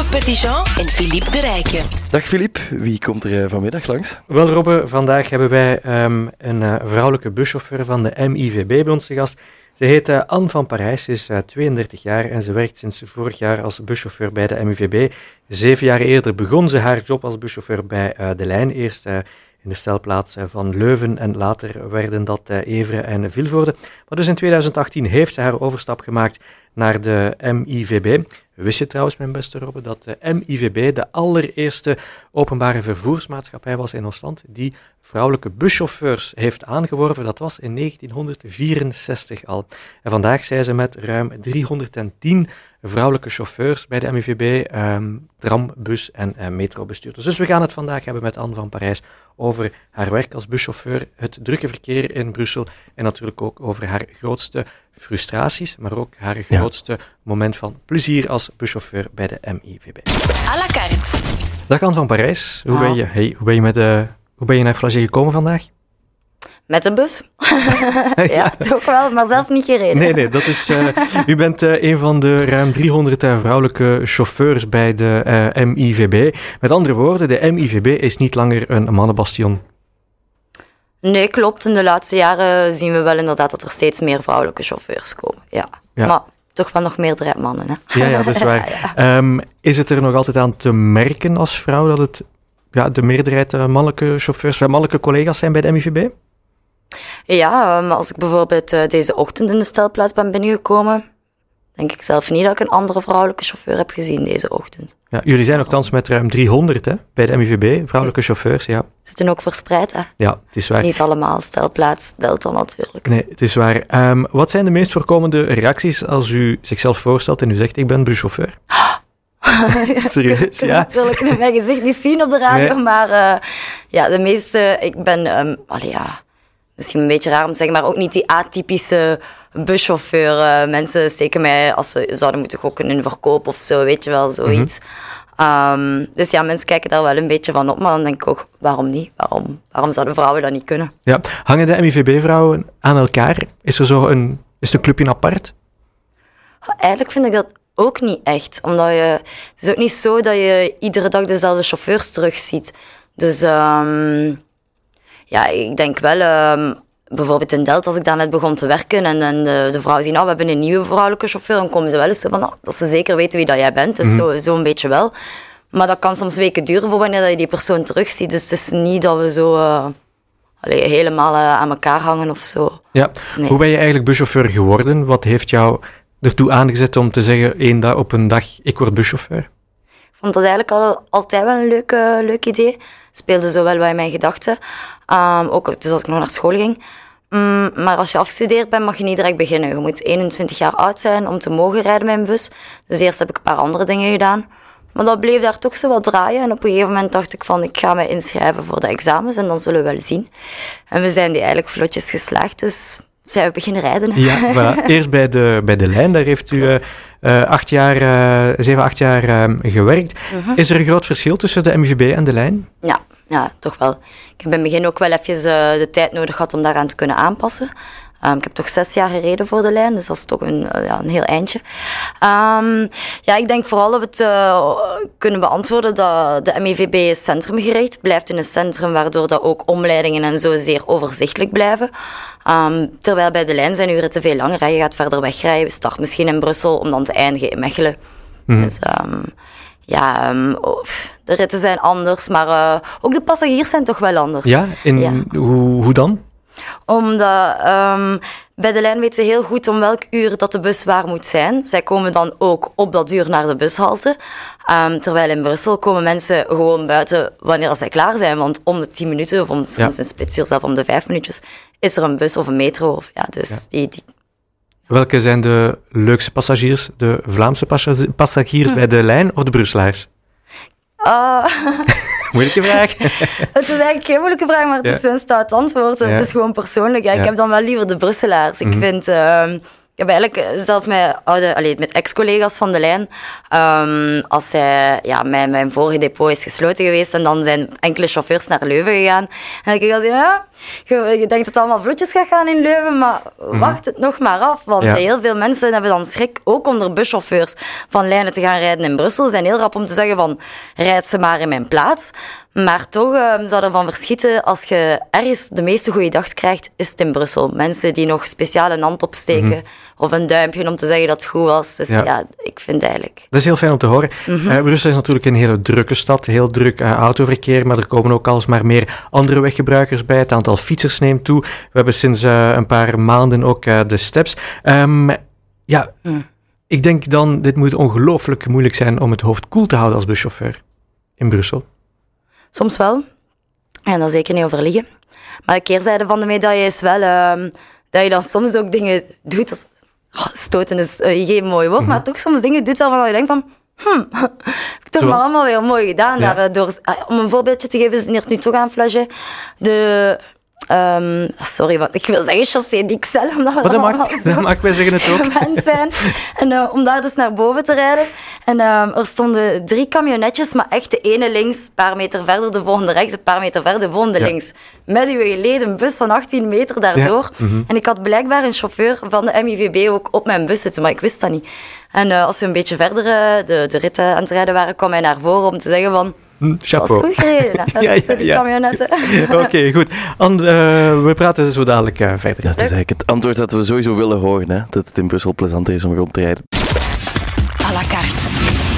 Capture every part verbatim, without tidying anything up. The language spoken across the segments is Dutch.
Petitjean en Philippe de Rijken. Dag Philippe, wie komt er uh, vanmiddag langs? Wel Robbe, vandaag hebben wij um, een uh, vrouwelijke buschauffeur van de M I V B bij ons te gast. Ze heet uh, Anne van Parijs, ze is uh, tweeëndertig jaar en ze werkt sinds vorig jaar als buschauffeur bij de M I V B. Zeven jaar eerder begon ze haar job als buschauffeur bij uh, De Lijn. Eerst uh, in de stelplaats uh, van Leuven en later werden dat uh, Evere en Vilvoorde. Maar dus in twintig achttien heeft ze haar overstap gemaakt naar de M I V B. Wist je trouwens, mijn beste Robbe, dat de M I V B de allereerste openbare vervoersmaatschappij was in ons land die vrouwelijke buschauffeurs heeft aangeworven? Dat was in negentienhonderdvierenzestig al. En vandaag zijn ze met ruim driehonderdtien vrouwelijke chauffeurs bij de M I V B, um, tram, bus en uh, metrobestuurders. Dus we gaan het vandaag hebben met Anne van Parijs over haar werk als buschauffeur, het drukke verkeer in Brussel en natuurlijk ook over haar grootste frustraties, maar ook haar grootste ja. moment van plezier als buschauffeur bij de M I V B. À la carte. Dag Anne van Parijs, hoe, oh. ben je? Hey, hoe, ben je met, uh, hoe ben je naar Flagey gekomen vandaag? Met de bus. ja, ja, toch wel, maar zelf niet gereden. Nee, nee, dat is... Uh, u bent uh, een van de ruim driehonderd uh, vrouwelijke chauffeurs bij de uh, M I V B. Met andere woorden, de M I V B is niet langer een mannenbastion. Nee, klopt. In de laatste jaren zien we wel inderdaad dat er steeds meer vrouwelijke chauffeurs komen. Ja, ja. Maar toch wel nog meerdere mannen. Hè? Ja, ja, dat is waar. ja, ja. Um, is het er nog altijd aan te merken als vrouw dat het ja, de meerderheid uh, mannelijke chauffeurs, mannelijke collega's zijn bij de M I V B? Ja, um, als ik bijvoorbeeld uh, deze ochtend in de stelplaats ben binnengekomen, denk ik zelf niet dat ik een andere vrouwelijke chauffeur heb gezien deze ochtend. Ja, jullie zijn nogthans met ruim driehonderd hè, bij de M I V B, vrouwelijke chauffeurs, ja. Zitten ook verspreid, hè? Ja, het is waar. Niet allemaal stelplaats, Delta natuurlijk. Nee, het is waar. Um, wat zijn de meest voorkomende reacties als u zichzelf voorstelt en u zegt, ik ben buschauffeur? Serieus, ik ja? natuurlijk in mijn gezicht niet zien op de radio, nee. maar uh, ja, de meeste, ik ben, um, allee, ja, misschien een beetje raar om te zeggen, maar ook niet die atypische buschauffeur. Uh, mensen steken mij als ze zouden moeten gokken in verkoop of zo, weet je wel, zoiets. Mm-hmm. Um, dus ja, mensen kijken daar wel een beetje van op, maar dan denk ik ook, waarom niet? Waarom, waarom zouden vrouwen dat niet kunnen? Ja, hangen de M I V B-vrouwen aan elkaar? Is er zo een, is het een clubje apart? Eigenlijk vind ik dat ook niet echt, omdat je, het is ook niet zo dat je iedere dag dezelfde chauffeurs terugziet. Dus um, ja, ik denk wel, um, bijvoorbeeld in Delta, als ik daar net begon te werken en, en de, de vrouw zien, nou, we hebben een nieuwe vrouwelijke chauffeur, dan komen ze wel eens zo van, nou, dat ze zeker weten wie dat jij bent. Dus mm-hmm. zo, zo een beetje wel. Maar dat kan soms weken duren voor wanneer je die persoon terugziet. Dus het is niet dat we zo uh, allee, helemaal uh, aan elkaar hangen of zo. Ja. Nee. Hoe ben je eigenlijk buschauffeur geworden? Wat heeft jou ertoe aangezet om te zeggen, één dag op een dag, ik word buschauffeur? Ik vond dat eigenlijk al, altijd wel een leuk, uh, leuk idee. Speelde zo wel bij mijn gedachten. Um, ook dus als ik nog naar school ging. Um, maar als je afgestudeerd bent, mag je niet direct beginnen. Je moet eenentwintig jaar oud zijn om te mogen rijden met een bus. Dus eerst heb ik een paar andere dingen gedaan. Maar dat bleef daar toch zo wat draaien. En op een gegeven moment dacht ik van, ik ga me inschrijven voor de examens en dan zullen we wel zien. En we zijn die eigenlijk vlotjes geslaagd, dus zijn we beginnen rijden. Ja, voilà. Eerst bij de, bij de lijn, daar heeft u uh, uh, acht jaar, uh, zeven, acht jaar uh, gewerkt. Uh-huh. Is er een groot verschil tussen de M I V B en de lijn? Ja, ja, toch wel. Ik heb in het begin ook wel even uh, de tijd nodig gehad om daaraan te kunnen aanpassen. Um, ik heb toch zes jaar gereden voor de lijn, dus dat is toch een, uh, ja, een heel eindje. Um, ja, ik denk vooral dat we het uh, kunnen beantwoorden dat de M I V B centrumgericht blijft in een centrum, waardoor dat ook omleidingen en zo zeer overzichtelijk blijven. Um, terwijl bij de lijn zijn uren te veel langer. Hè. Je gaat verder wegrijden, je start misschien in Brussel om dan te eindigen in Mechelen. Mm. Dus um, ja, um, oh, de ritten zijn anders, maar uh, ook de passagiers zijn toch wel anders. Ja, in, ja. Hoe, hoe dan? Omdat um, bij de lijn weten ze heel goed om welk uur dat de bus waar moet zijn. Zij komen dan ook op dat uur naar de bushalte. Um, terwijl in Brussel komen mensen gewoon buiten wanneer zij klaar zijn. Want om de tien minuten, of om, soms ja. een splitsuur zelf om de vijf minuutjes, is er een bus of een metro. Of, ja, dus ja. Die, die... Welke zijn de leukste passagiers? De Vlaamse passagiers hm. bij de lijn of de Brusselaars? Uh... Moeilijke vraag. Het is eigenlijk geen moeilijke vraag, maar het ja. is zo'n stout antwoord. Ja. Het is gewoon persoonlijk. Ja, ik ja. heb dan wel liever de Brusselaars. Mm-hmm. Ik vind... Uh, ik heb eigenlijk zelf met, oude, allee, met ex-collega's van de lijn, um, als zij, ja, mijn, mijn vorige depot is gesloten geweest en dan zijn enkele chauffeurs naar Leuven gegaan. En dan denk ik altijd, ja, Je, je denkt dat het allemaal vlotjes gaat gaan in Leuven, maar mm-hmm. wacht het nog maar af. Want ja. heel veel mensen hebben dan schrik, ook onder buschauffeurs, van lijnen te gaan rijden in Brussel. Ze zijn heel rap om te zeggen van, rijd ze maar in mijn plaats. Maar toch uh, zou ervan verschieten, als je ergens de meeste goede dag krijgt, is het in Brussel. Mensen die nog speciaal een hand opsteken, mm-hmm. of een duimpje om te zeggen dat het goed was. Dus ja, ja ik vind eigenlijk... Dat is heel fijn om te horen. Mm-hmm. Uh, Brussel is natuurlijk een hele drukke stad, heel druk uh, autoverkeer, maar er komen ook alsmaar meer andere weggebruikers bij. Het aantal fietsers neemt toe. We hebben sinds uh, een paar maanden ook uh, de steps. Um, ja, mm. ik denk dan, dit moet ongelooflijk moeilijk zijn om het hoofd koel te houden als buschauffeur in Brussel. Soms wel. En daar zeker niet over liegen. Maar de keerzijde van de medaille is wel uh, dat je dan soms ook dingen doet. Als, oh, stoten is uh, geen mooi woord, mm-hmm. maar toch soms dingen doet waarvan je denkt van... Hmm, heb ik toch maar allemaal weer mooi gedaan. Ja. Daar, door, uh, om een voorbeeldje te geven, is het hier nu toch aan Flagey. De... Um, sorry, want ik wil zeggen Chaussée d'Ixelles, omdat we dat dan mag, dat mag, wij zeggen het ook. zijn. En uh, om daar dus naar boven te rijden. En uh, er stonden drie camionetjes, maar echt de ene links, een paar meter verder, de volgende rechts, een paar meter verder, de volgende ja. links. Met uw geleden bus van achttien meter daardoor. Ja. Mm-hmm. En ik had blijkbaar een chauffeur van de M I V B ook op mijn bus zitten, maar ik wist dat niet. En uh, als we een beetje verder uh, de, de ritten aan het rijden waren, kwam hij naar voren om te zeggen van... Hm, chapeau. Dat is goed gereden, hè? ja, ja, die ja. camionetten. Oké, okay, goed. And, uh, we praten zo dadelijk uh, verder. Ja, dat is eigenlijk het antwoord dat we sowieso willen horen, hè? Dat het in Brussel plezanter is om rond te rijden. À la carte.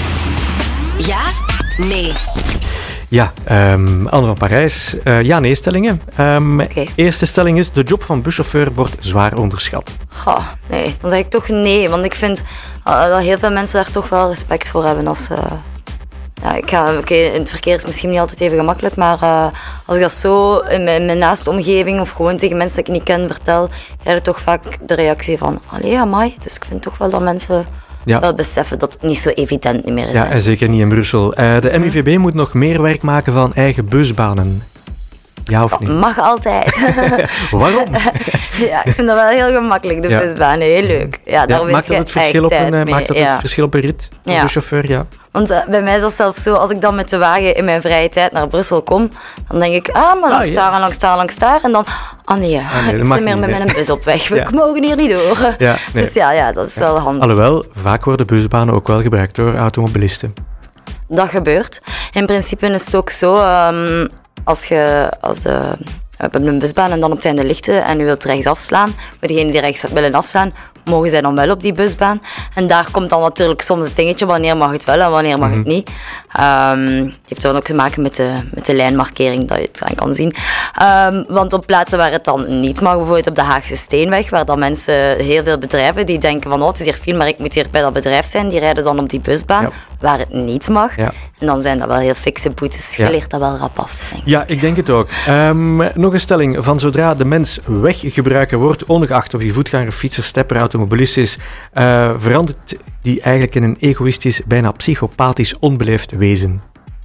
Ja? Nee. Ja, um, Anne van Parijs. Uh, ja, nee stellingen. Um, okay. Eerste stelling is, de job van buschauffeur wordt zwaar onderschat. Oh, nee, dan zeg ik toch nee. Want ik vind uh, dat heel veel mensen daar toch wel respect voor hebben als... Uh, Ja, ik ga, okay, in het verkeer is het misschien niet altijd even gemakkelijk, maar uh, als ik dat zo in mijn, in mijn naaste omgeving of gewoon tegen mensen die ik niet ken vertel, krijg je toch vaak de reactie van, allee, amai. Dus ik vind toch wel dat mensen ja. wel beseffen dat het niet zo evident niet meer is. Ja, en zeker niet in Brussel. Uh, de M I V B moet nog meer werk maken van eigen busbanen. Ja of niet? Dat mag altijd. Waarom? Ja, ik vind dat wel heel gemakkelijk, de ja. busbanen. Heel leuk. Ja, daar ja, maakt dat het verschil op een, maakt dat ja. het verschil op een rit als ja. buschauffeur? Ja. Want uh, bij mij is dat zelfs zo, als ik dan met de wagen in mijn vrije tijd naar Brussel kom, dan denk ik, ah, maar langs ah, daar ja. en langs daar, langs daar. En dan, ah nee, ah, nee ik zit meer met nee. mijn bus op weg. We ja. mogen hier niet door. Ja, nee. Dus ja, ja, dat is wel handig. Alhoewel, vaak worden busbanen ook wel gebruikt door automobilisten. Dat gebeurt. In principe is het ook zo, um, als je... Als, uh, we hebben een busbaan en dan op het einde lichten en u wilt rechts afslaan. Voor degenen die rechts willen afslaan, mogen zij dan wel op die busbaan. En daar komt dan natuurlijk soms het dingetje, wanneer mag het wel en wanneer mag mm-hmm. het niet. Um, het heeft dan ook te maken met de, met de lijnmarkering, dat je het aan kan zien. Um, want op plaatsen waar het dan niet mag, bijvoorbeeld op de Haagse Steenweg, waar dan mensen, heel veel bedrijven, die denken van, oh, het is hier veel, maar ik moet hier bij dat bedrijf zijn, die rijden dan op die busbaan, ja. waar het niet mag. Ja. En dan zijn dat wel heel fikse boetes. Je ja. leert dat wel rap af, denk ik. Ja, ik denk het ook. Um, nog een stelling. Van zodra de mens weggebruiker wordt, ongeacht of hij voetganger, fietser, stepper, automobilist is, uh, verandert die eigenlijk in een egoïstisch, bijna psychopathisch, onbeleefd wezen.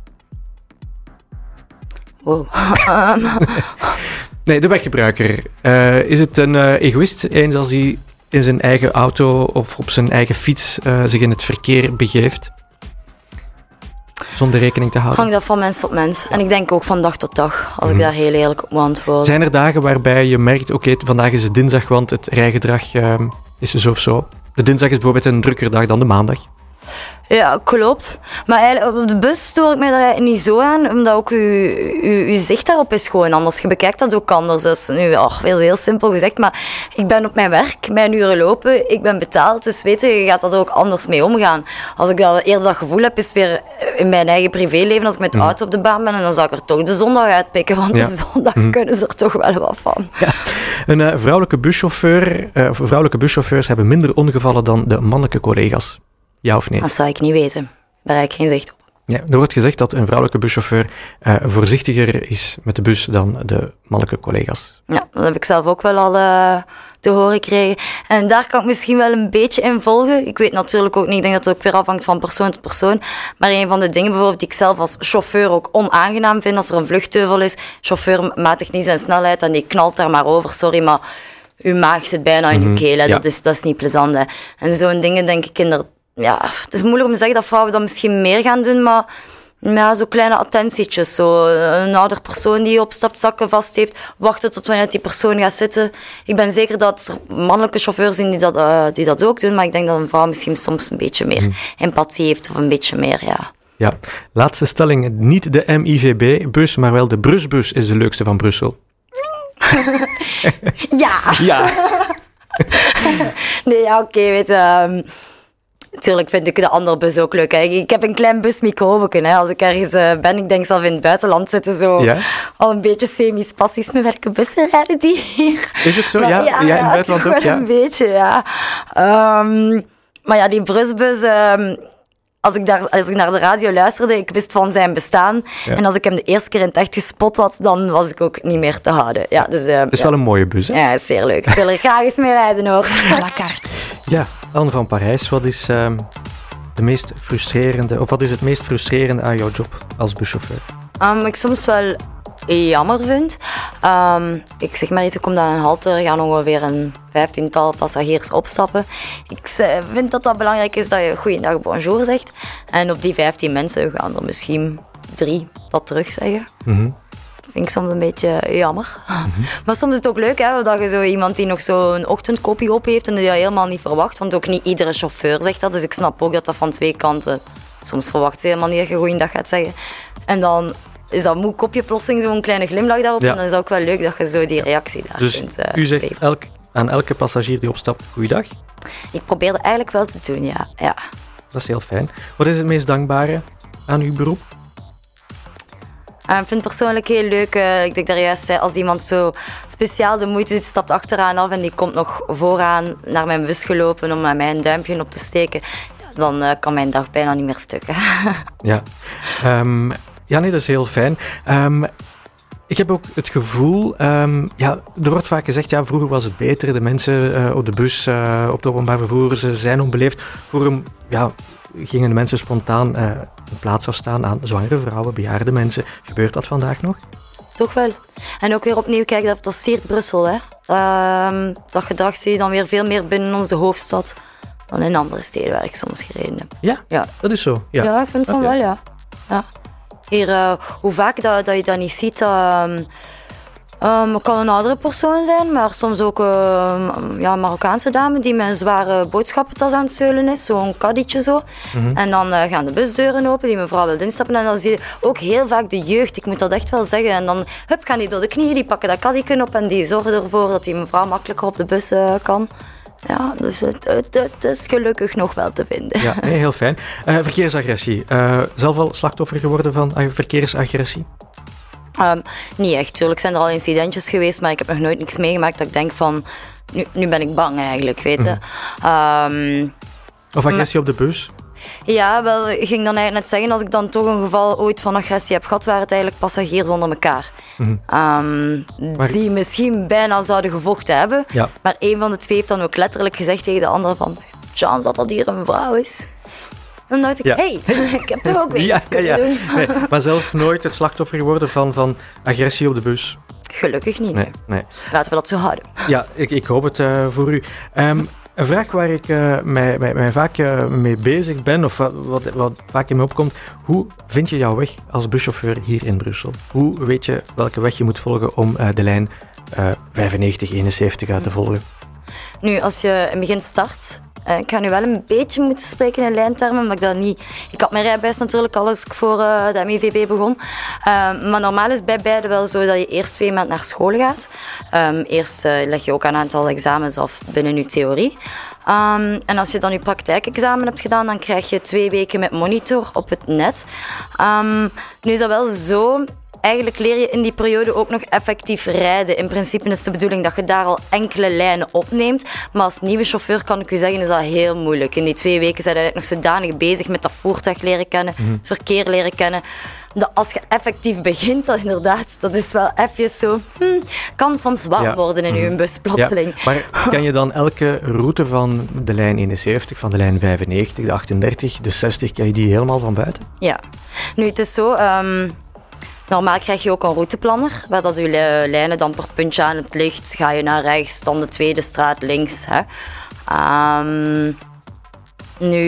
Wow. Nee, de weggebruiker. Uh, is het een uh, egoïst, eens als hij in zijn eigen auto of op zijn eigen fiets uh, zich in het verkeer begeeft? Zonder rekening te houden. Hangt dat van mens tot mens. En ik denk ook van dag tot dag, als mm. ik daar heel eerlijk op moet antwoorden. Zijn er dagen waarbij je merkt, oké, okay, vandaag is het dinsdag, want het rijgedrag uh, is zo of zo. De dinsdag is bijvoorbeeld een drukker dag dan de maandag. Ja, klopt. Maar eigenlijk op de bus stoor ik mij daar niet zo aan, omdat ook uw, uw, uw zicht daarop is gewoon anders. Je bekijkt dat ook anders. Dat is nu oh, heel, heel simpel gezegd, maar ik ben op mijn werk, mijn uren lopen, ik ben betaald, dus weet je, je gaat dat ook anders mee omgaan. Als ik dat eerder dat gevoel heb, is het weer in mijn eigen privéleven, als ik met de auto op de baan ben, en dan zou ik er toch de zondag uitpikken, want ja. de zondag mm. kunnen ze er toch wel wat van. Ja. Een uh, vrouwelijke buschauffeur, uh, vrouwelijke buschauffeurs hebben minder ongevallen dan de mannelijke collega's. Ja of nee? Dat zou ik niet weten. Daar heb ik geen zicht op. Ja, er wordt gezegd dat een vrouwelijke buschauffeur uh, voorzichtiger is met de bus dan de mannelijke collega's. Ja, dat heb ik zelf ook wel al uh, te horen gekregen. En daar kan ik misschien wel een beetje in volgen. Ik weet natuurlijk ook niet, ik denk dat het ook weer afhangt van persoon tot persoon. Maar een van de dingen bijvoorbeeld die ik zelf als chauffeur ook onaangenaam vind, als er een vluchtheuvel is, chauffeur matigt niet zijn snelheid en die knalt daar maar over, sorry, maar uw maag zit bijna in mm-hmm. uw keel. Ja. Dat, is, dat is niet plezant. Hè. En zo'n dingen denk ik inderdaad. Ja, het is moeilijk om te zeggen dat vrouwen dat misschien meer gaan doen, maar Ja, zo kleine attentietjes. Zo. Een ouder persoon die opstapt, zakken vast heeft, wachten tot wanneer die persoon gaat zitten. Ik ben zeker dat er mannelijke chauffeurs zijn die dat, uh, die dat ook doen, maar ik denk dat een vrouw misschien soms een beetje meer mm. empathie heeft of een beetje meer, ja. Ja, laatste stelling. Niet de M I V B-bus, maar wel de Brusbus is de leukste van Brussel. Ja. Ja. Nee, ja, oké, okay, weet je... Um, Natuurlijk vind ik de andere bus ook leuk. Hè. Ik heb een klein busmicrofoon. Als ik ergens uh, ben, ik denk zelf in het buitenland zitten, zo ja? al een beetje semi-spastisch. Met welke bussen rijden die hier? Is het zo? Maar, ja, ja, ja, in het buitenland ook, ja. een beetje, ja. Um, maar ja, die Brusbus... Um, Als ik, daar, als ik naar de radio luisterde, ik wist van zijn bestaan. Ja. En als ik hem de eerste keer in het echt gespot had, dan was ik ook niet meer te houden. Ja, dus, uh, het is ja. wel een mooie bus, hè? Ja, is zeer leuk. Ik wil er graag eens mee rijden, hoor. À la carte. Ja, Anne van Parijs, wat is um, de meest frustrerende, of wat is het meest frustrerende aan jouw job als buschauffeur? Um, ik soms wel jammer vind. Um, ik zeg maar iets, ik kom dan een halte, er gaan ongeveer een vijftiental passagiers opstappen. Ik vind dat dat belangrijk is dat je goeiedag, bonjour zegt. En op die vijftien mensen gaan er misschien drie dat terug zeggen. Mm-hmm. Dat vind ik soms een beetje jammer. Mm-hmm. Maar soms is het ook leuk, hè, dat je zo iemand die nog zo'n ochtendkopie op heeft en die dat helemaal niet verwacht. Want ook niet iedere chauffeur zegt dat, dus ik snap ook dat dat van twee kanten... Soms verwacht ze helemaal niet dat je goeiedag gaat zeggen. En dan... is dat moe kopje plotseling zo'n kleine glimlach daarop. Ja. En dan is het ook wel leuk dat je zo die reactie daar dus kunt... Uh, u zegt elk, aan elke passagier die opstapt, goeiedag? Ik probeer dat eigenlijk wel te doen, ja. ja. Dat is heel fijn. Wat is het meest dankbare aan uw beroep? Uh, ik vind het persoonlijk heel leuk. Uh, ik denk daar juist zei, als iemand zo speciaal de moeite doet, stapt achteraan af en die komt nog vooraan naar mijn bus gelopen om mij een duimpje op te steken, dan uh, kan mijn dag bijna niet meer stukken. Ja. Um, Ja, nee, dat is heel fijn. Um, ik heb ook het gevoel... Um, ja, er wordt vaak gezegd, ja, vroeger was het beter. De mensen uh, op de bus, uh, op het openbaar vervoer, ze zijn onbeleefd. Vroeger ja, gingen de mensen spontaan uh, een plaats afstaan aan zwangere vrouwen, bejaarde mensen. Gebeurt dat vandaag nog? Toch wel. En ook weer opnieuw kijken, dat, dat siert Brussel. Hè. Um, dat gedrag zie je dan weer veel meer binnen onze hoofdstad dan in andere steden waar ik soms gereden heb. Ja, ja. Dat is zo. Ja, ja ik vind van okay. wel, ja. ja. Hier, uh, hoe vaak dat, dat je dat niet ziet, uh, um, het kan een oudere persoon zijn, maar soms ook uh, ja, een Marokkaanse dame die met een zware boodschappentas aan het zeulen is, zo'n kaddietje zo. Mm-hmm. En dan uh, gaan de busdeuren open, die mevrouw wil instappen en dan zie je ook heel vaak de jeugd, ik moet dat echt wel zeggen. En dan hup, gaan die door de knieën, die pakken dat kaddietje op en die zorgen ervoor dat die mevrouw makkelijker op de bus uh, kan. Ja, dus het, het, het is gelukkig nog wel te vinden. Ja, nee, heel fijn. Uh, verkeersagressie. Uh, zelf al slachtoffer geworden van uh, verkeersagressie? Um, niet echt. Tuurlijk zijn er al incidentjes geweest, maar ik heb nog nooit niks meegemaakt dat ik denk van... Nu, nu ben ik bang eigenlijk, weet je. Mm. Um, of agressie maar, op de bus? Ja, wel, ik ging dan eigenlijk net zeggen, als ik dan toch een geval ooit van agressie heb gehad, waren het eigenlijk passagiers onder elkaar. Mm-hmm. Um, maar... Die misschien bijna zouden gevochten hebben. Ja. Maar een van de twee heeft dan ook letterlijk gezegd tegen de andere van... Chance dat dat hier een vrouw is. Dan dacht ik, ja. hey, ik heb toch ook weer ja, iets kunnen ja, ja. doen. Nee, maar zelf nooit het slachtoffer geworden van, van agressie op de bus? Gelukkig niet. Nee, nee. Laten we dat zo houden. Ja, ik, ik hoop het uh, voor u. Um, Een vraag waar ik uh, mij, mij, mij vaak uh, mee bezig ben, of wat, wat, wat vaak in me opkomt, hoe vind je jouw weg als buschauffeur hier in Brussel? Hoe weet je welke weg je moet volgen om uh, de lijn uh, vijfennegentig eenenzeventig uit te volgen? Nu, als je in het begin start... Uh, ik ga nu wel een beetje moeten spreken in lijntermen, maar ik dat niet... Ik had mijn rijbewijs natuurlijk al als ik voor uh, de M I V B begon. Uh, maar normaal is bij beide wel zo dat je eerst twee maanden naar school gaat. Um, eerst uh, leg je ook een aantal examens af binnen je theorie. Um, en als je dan je praktijkexamen hebt gedaan, dan krijg je twee weken met monitor op het net. Um, nu is dat wel zo... Eigenlijk leer je in die periode ook nog effectief rijden. In principe is de bedoeling dat je daar al enkele lijnen opneemt. Maar als nieuwe chauffeur kan ik u zeggen, is dat heel moeilijk. In die twee weken zijn je eigenlijk nog zodanig bezig met dat voertuig leren kennen, mm. het verkeer leren kennen. Dat als je effectief begint, dat inderdaad, dat is wel even zo... Hmm, kan soms warm ja. worden in mm. je bus, plotseling. Ja. Maar kan je dan elke route van de lijn eenenzeventig, van de lijn vijfennegentig, de achtendertig, de zestig, kan je die helemaal van buiten? Ja. Nu, het is zo... Um, Normaal krijg je ook een routeplanner, waar dat je lijnen dan per puntje aan het licht, ga je naar rechts, dan de tweede straat links. Hè. Um, nu,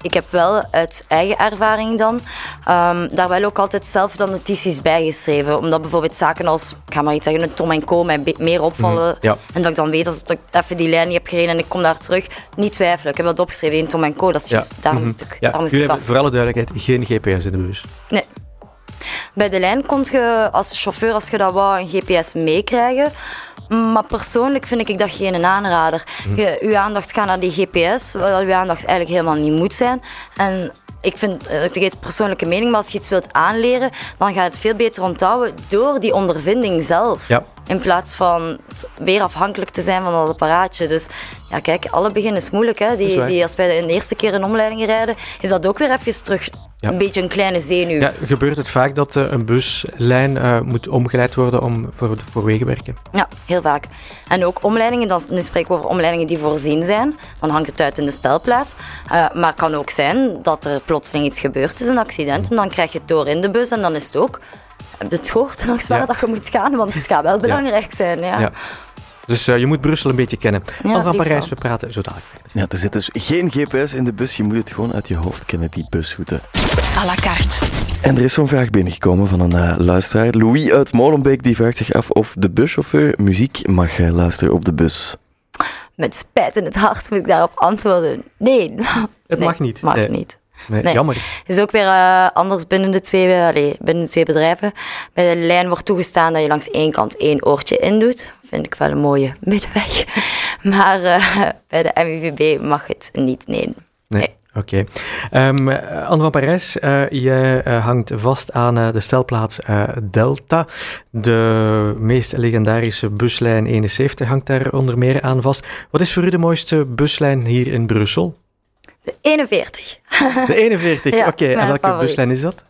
ik heb wel uit eigen ervaring dan um, daar wel ook altijd zelf dan notities bij geschreven. Omdat bijvoorbeeld zaken als, ik ga maar iets zeggen, een Tom en Co. mij be- meer opvallen. Mm, ja. En dat ik dan weet, als ik even die lijn niet heb gereden en ik kom daar terug, niet twijfelen. Ik heb dat opgeschreven in Tom en Co. Dat is juist, ja. daar mm-hmm. moest ik ja. daar moest Jullie ik hebben voor alle duidelijkheid geen G P S in de bus? Nee. Bij de lijn kon je als chauffeur, als je dat wou, een G P S meekrijgen. Maar persoonlijk vind ik dat geen aanrader. Je, uw aandacht gaat naar die G P S, waar uw aandacht eigenlijk helemaal niet moet zijn. En ik vind, ik weet persoonlijke mening, maar als je iets wilt aanleren, dan gaat het veel beter onthouden door die ondervinding zelf. Ja. In plaats van weer afhankelijk te zijn van dat apparaatje. Dus ja, kijk, alle begin is moeilijk. Hè? Die, die, als wij de eerste keer een omleiding rijden, is dat ook weer even terug ja. een beetje een kleine zenuw. Ja, gebeurt het vaak dat uh, een buslijn uh, moet omgeleid worden om voor, voor wegenwerken? Ja, heel vaak. En ook omleidingen, dan, nu spreken we over omleidingen die voorzien zijn. Dan hangt het uit in de stelplaat. Uh, maar het kan ook zijn dat er plotseling iets gebeurd is, een accident. En dan krijg je het door in de bus en dan is het ook... Heb je het gehoord langs waar ja. dat je moet gaan? Want het gaat wel belangrijk ja. zijn. Ja. Ja. Dus uh, je moet Brussel een beetje kennen. Ja, Al van Parijs, we praten zo dadelijk verder. Ja, er zit dus geen G P S in de bus. Je moet het gewoon uit je hoofd kennen, die busroute. À la carte. En er is zo'n vraag binnengekomen van een uh, luisteraar. Louis uit Molenbeek die vraagt zich af of de buschauffeur muziek mag uh, luisteren op de bus. Met spijt in het hart moet ik daarop antwoorden. Nee. Het nee, mag niet. mag nee. niet. Nee, nee. Jammer. Het is ook weer uh, anders binnen de, twee, uh, allez, binnen de twee bedrijven. Bij de lijn wordt toegestaan dat je langs één kant één oortje indoet. Vind ik wel een mooie middenweg. Maar uh, bij de M I V B mag het niet, nee. Nee, nee. oké. Okay. Um, Anne van Parijs, uh, jij uh, hangt vast aan uh, de stelplaats uh, Delta. De meest legendarische buslijn eenenzeventig hangt daar onder meer aan vast. Wat is voor u de mooiste buslijn hier in Brussel? De eenenveertig. De eenenveertig, ja, oké. Okay. En welke favoriet. buslijn is dat?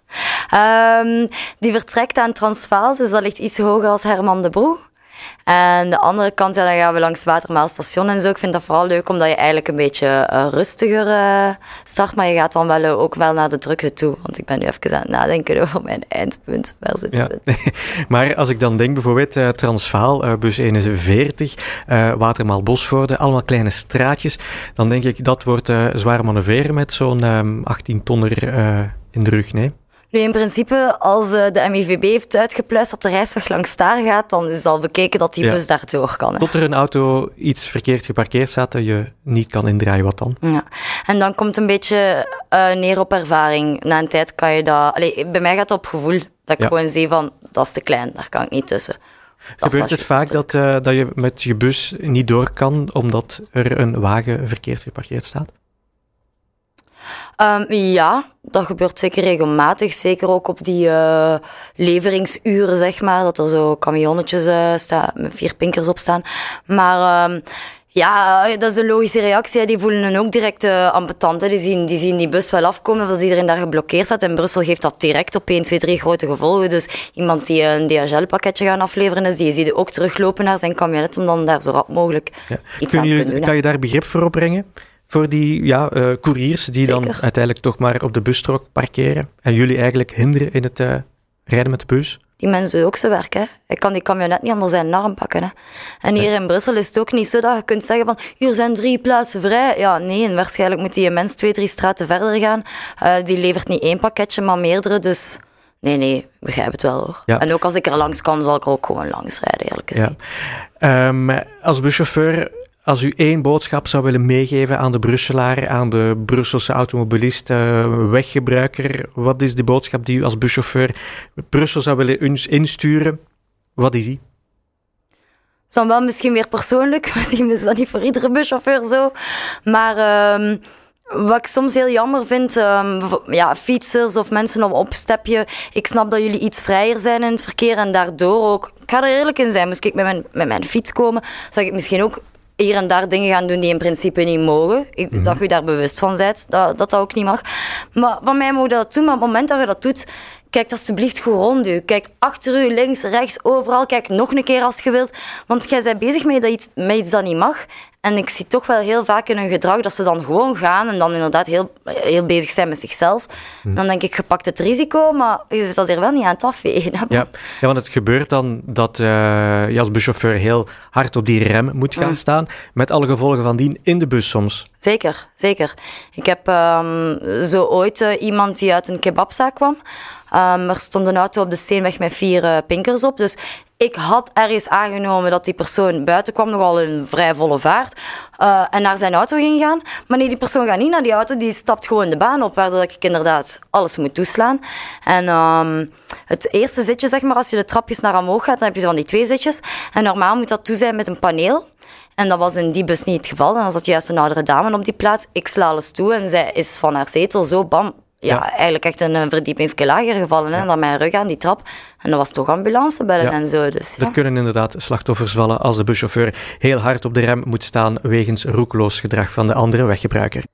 Um, die vertrekt aan Transvaal, dus dat ligt iets hoger als Herman de Broe. En de andere kant, ja, dan gaan we langs Watermaalstation en zo. Ik vind dat vooral leuk, omdat je eigenlijk een beetje uh, rustiger uh, start. Maar je gaat dan wel uh, ook wel naar de drukte toe. Want ik ben nu even aan het nadenken over mijn eindpunt. Waar zit ja. het? Maar als ik dan denk, bijvoorbeeld uh, Transvaal, uh, bus eenenveertig, uh, Watermaal-Bosvoorde, allemaal kleine straatjes. Dan denk ik, dat wordt uh, zwaar manoeuvreren met zo'n um, achttien tonner uh, in de rug, nee? Nu, in principe, als uh, de M I V B heeft uitgepluist dat de reisweg langs daar gaat, dan is al bekeken dat die ja. bus daardoor kan. Hè. Tot er een auto iets verkeerd geparkeerd staat dat je niet kan indraaien, wat dan? Ja. En dan komt het een beetje uh, neer op ervaring. Na een tijd kan je dat... Allee, bij mij gaat het op gevoel. Dat ik ja. gewoon zie van, dat is te klein, daar kan ik niet tussen. Dat Gebeurt het vaak dat, uh, dat je met je bus niet door kan, omdat er een wagen verkeerd geparkeerd staat? Um, ja, dat gebeurt zeker regelmatig. Zeker ook op die uh, leveringsuren, zeg maar. Dat er zo camionnetjes uh, staan, met vier pinkers op staan. Maar um, ja, dat is een logische reactie. Hè. Die voelen hun ook direct uh, ambetant. Hè. Die, zien, die zien die bus wel afkomen als iedereen daar geblokkeerd staat. En Brussel geeft dat direct op één, twee, drie grote gevolgen. Dus iemand die een D H L-pakketje gaat afleveren is, die ziet ook teruglopen naar zijn camionet om dan daar zo rap mogelijk ja. iets aan te kunnen doen. Kan je daar begrip voor opbrengen? Voor die ja, uh, couriers die Zeker. dan uiteindelijk toch maar op de busstrook parkeren en jullie eigenlijk hinderen in het uh, rijden met de bus? Die mensen doen ook zo werk, hè. Ik kan die camionet niet onder zijn arm pakken, hè. En hier nee. in Brussel is het ook niet zo dat je kunt zeggen van hier zijn drie plaatsen vrij. Ja, nee, en waarschijnlijk moet die mens twee, drie straten verder gaan. Uh, die levert niet één pakketje, maar meerdere, dus... Nee, nee, ik begrijp het wel, hoor. Ja. En ook als ik er langs kan, zal ik er ook gewoon langs rijden, eerlijk gezegd. Ja. Um, als buschauffeur... Als u één boodschap zou willen meegeven aan de Brusselaar, aan de Brusselse automobilist, uh, weggebruiker, wat is de boodschap die u als buschauffeur Brussel zou willen insturen? Wat is die? Het is dan wel misschien weer persoonlijk, misschien is dat niet voor iedere buschauffeur zo, maar... Um Wat ik soms heel jammer vind, um, ja, fietsers of mensen op opstepje. Ik snap dat jullie iets vrijer zijn in het verkeer en daardoor ook... Ik ga er eerlijk in zijn, moest ik met mijn, met mijn fiets komen, zou ik misschien ook hier en daar dingen gaan doen die in principe niet mogen. Ik, mm-hmm. Dat je daar bewust van bent, dat, dat dat ook niet mag. Maar van mij mag dat doen, maar op het moment dat je dat doet... Kijk alsjeblieft goed rond u. Kijk achter u, links, rechts, overal. Kijk nog een keer als je wilt. Want jij bent bezig met iets, met iets dat niet mag. En ik zie toch wel heel vaak in hun gedrag dat ze dan gewoon gaan en dan inderdaad heel, heel bezig zijn met zichzelf. Hm. Dan denk ik, je pakt het risico, maar je zit dat er wel niet aan het afwegen. Ja. ja, want het gebeurt dan dat uh, je als buschauffeur heel hard op die rem moet gaan hm. staan, met alle gevolgen van dien in de bus soms. Zeker, zeker. Ik heb um, zo ooit uh, iemand die uit een kebabzaak kwam. Um, er stond een auto op de Steenweg met vier uh, pinkers op, dus ik had ergens aangenomen dat die persoon buiten kwam, nogal in vrij volle vaart, uh, en naar zijn auto ging gaan. Maar nee, die persoon gaat niet naar die auto, die stapt gewoon de baan op, waardoor ik inderdaad alles moet toeslaan. En um, het eerste zitje, zeg maar, als je de trapjes naar omhoog gaat, dan heb je van die twee zitjes. En normaal moet dat toe zijn met een paneel. En dat was in die bus niet het geval. En dan zat juist een oudere dame op die plaats. Ik sla alles toe en zij is van haar zetel zo bam... Ja, ja, eigenlijk echt een verdiepingsje lager gevallen. Ja. En dan mijn rug aan die trap. En dat was toch ambulance bellen ja. en zo. Dus, ja. Er kunnen inderdaad slachtoffers vallen als de buschauffeur heel hard op de rem moet staan wegens roekeloos gedrag van de andere weggebruiker.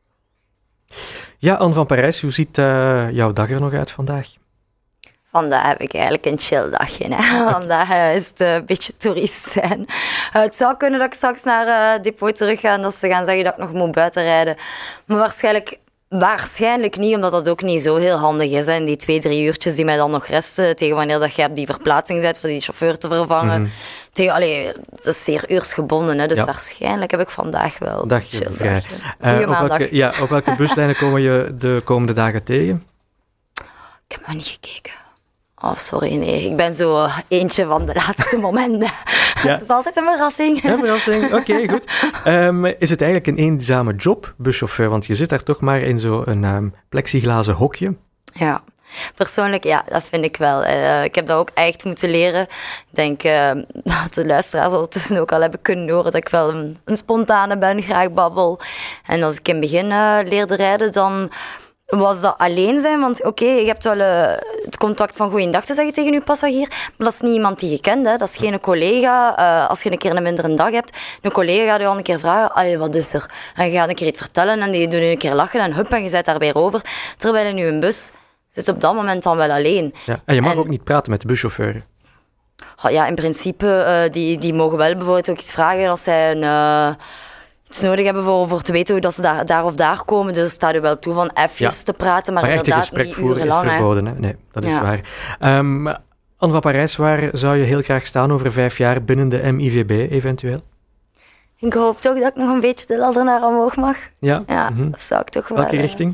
Ja, Anne van Parijs, hoe ziet uh, jouw dag er nog uit vandaag? Vandaag heb ik eigenlijk een chill dagje. Hè. Okay. Vandaag uh, is het uh, een beetje toerist zijn. Uh, het zou kunnen dat ik straks naar uh, het depot terug ga en dat ze gaan zeggen dat ik nog moet buiten rijden. Maar waarschijnlijk... Waarschijnlijk niet, omdat dat ook niet zo heel handig is. Hè. In die twee, drie uurtjes die mij dan nog resten, tegen wanneer dat je op die verplaatsing bent voor die chauffeur te vervangen. Mm-hmm. Tegen, allee, dat is zeer uursgebonden, hè. Dus ja. waarschijnlijk heb ik vandaag wel een dagje chill vrij. Uh, op, welke, ja, op welke buslijnen komen je de komende dagen tegen? Ik heb nog niet gekeken. Oh, sorry, nee. Ik ben zo eentje van de laatste momenten. Ja. Het is altijd een verrassing. Ja, verrassing. Oké, okay, goed. Um, is het eigenlijk een eenzame job, buschauffeur? Want je zit daar toch maar in zo'n um, plexiglazen hokje. Ja. Persoonlijk, ja, dat vind ik wel. Uh, ik heb dat ook echt moeten leren. Ik denk uh, dat de luisteraars ondertussen ook al hebben kunnen horen dat ik wel een, een spontane ben, graag babbel. En als ik in het begin uh, leerde rijden, dan... was dat alleen zijn, want oké, okay, je hebt wel uh, het contact van goeiedag te zeggen tegen je passagier, maar dat is niet iemand die je kent, hè. Dat is geen collega. Uh, als je een keer een mindere dag hebt, een collega gaat je al een keer vragen, allee, wat is er? En je gaat een keer iets vertellen en die doen je een keer lachen en hup, en je zit daar weer over. Terwijl in je bus zit op dat moment dan wel alleen. Ja, en je mag en, ook niet praten met de buschauffeur. Ja, in principe, uh, die, die mogen wel bijvoorbeeld ook iets vragen als zij een... Uh, iets nodig hebben voor, voor te weten hoe dat ze daar, daar of daar komen. Dus er staat u wel toe van even ja. te praten, maar, maar inderdaad niet urenlang. Is verboden, hè? Nee, dat is ja. waar. Um, Anne van Parijs, waar zou je heel graag staan over vijf jaar binnen de M I V B eventueel? Ik hoop toch dat ik nog een beetje de ladder naar omhoog mag. Ja? Ja, mm-hmm. dat zou ik toch wel... Welke richting?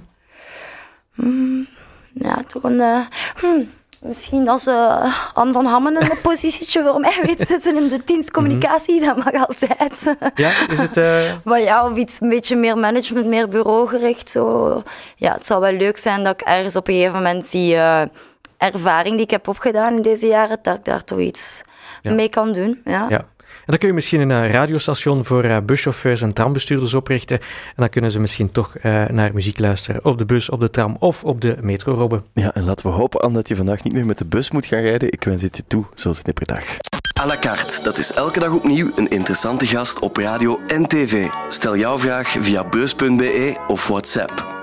Hmm, ja, toch een... Uh, hmm. Misschien als uh, Anne van Hammen een positietje voor mij weet zitten in de dienstcommunicatie, mm-hmm. dat mag altijd. Ja, is het... Uh... Maar ja, of iets een beetje meer management, meer bureaugericht. Zo. Ja, het zou wel leuk zijn dat ik ergens op een gegeven moment die uh, ervaring die ik heb opgedaan in deze jaren, dat ik daar toch iets ja. mee kan doen. Ja. ja. En dan kun je misschien een radiostation voor uh, buschauffeurs en trambestuurders oprichten. En dan kunnen ze misschien toch uh, naar muziek luisteren op de bus, op de tram of op de metro, Robbe. Ja, en laten we hopen, Anne, dat je vandaag niet meer met de bus moet gaan rijden. Ik wens het je toe, zo'n snipperdag. À la carte, dat is elke dag opnieuw een interessante gast op radio en tv. Stel jouw vraag via beurs punt be of WhatsApp.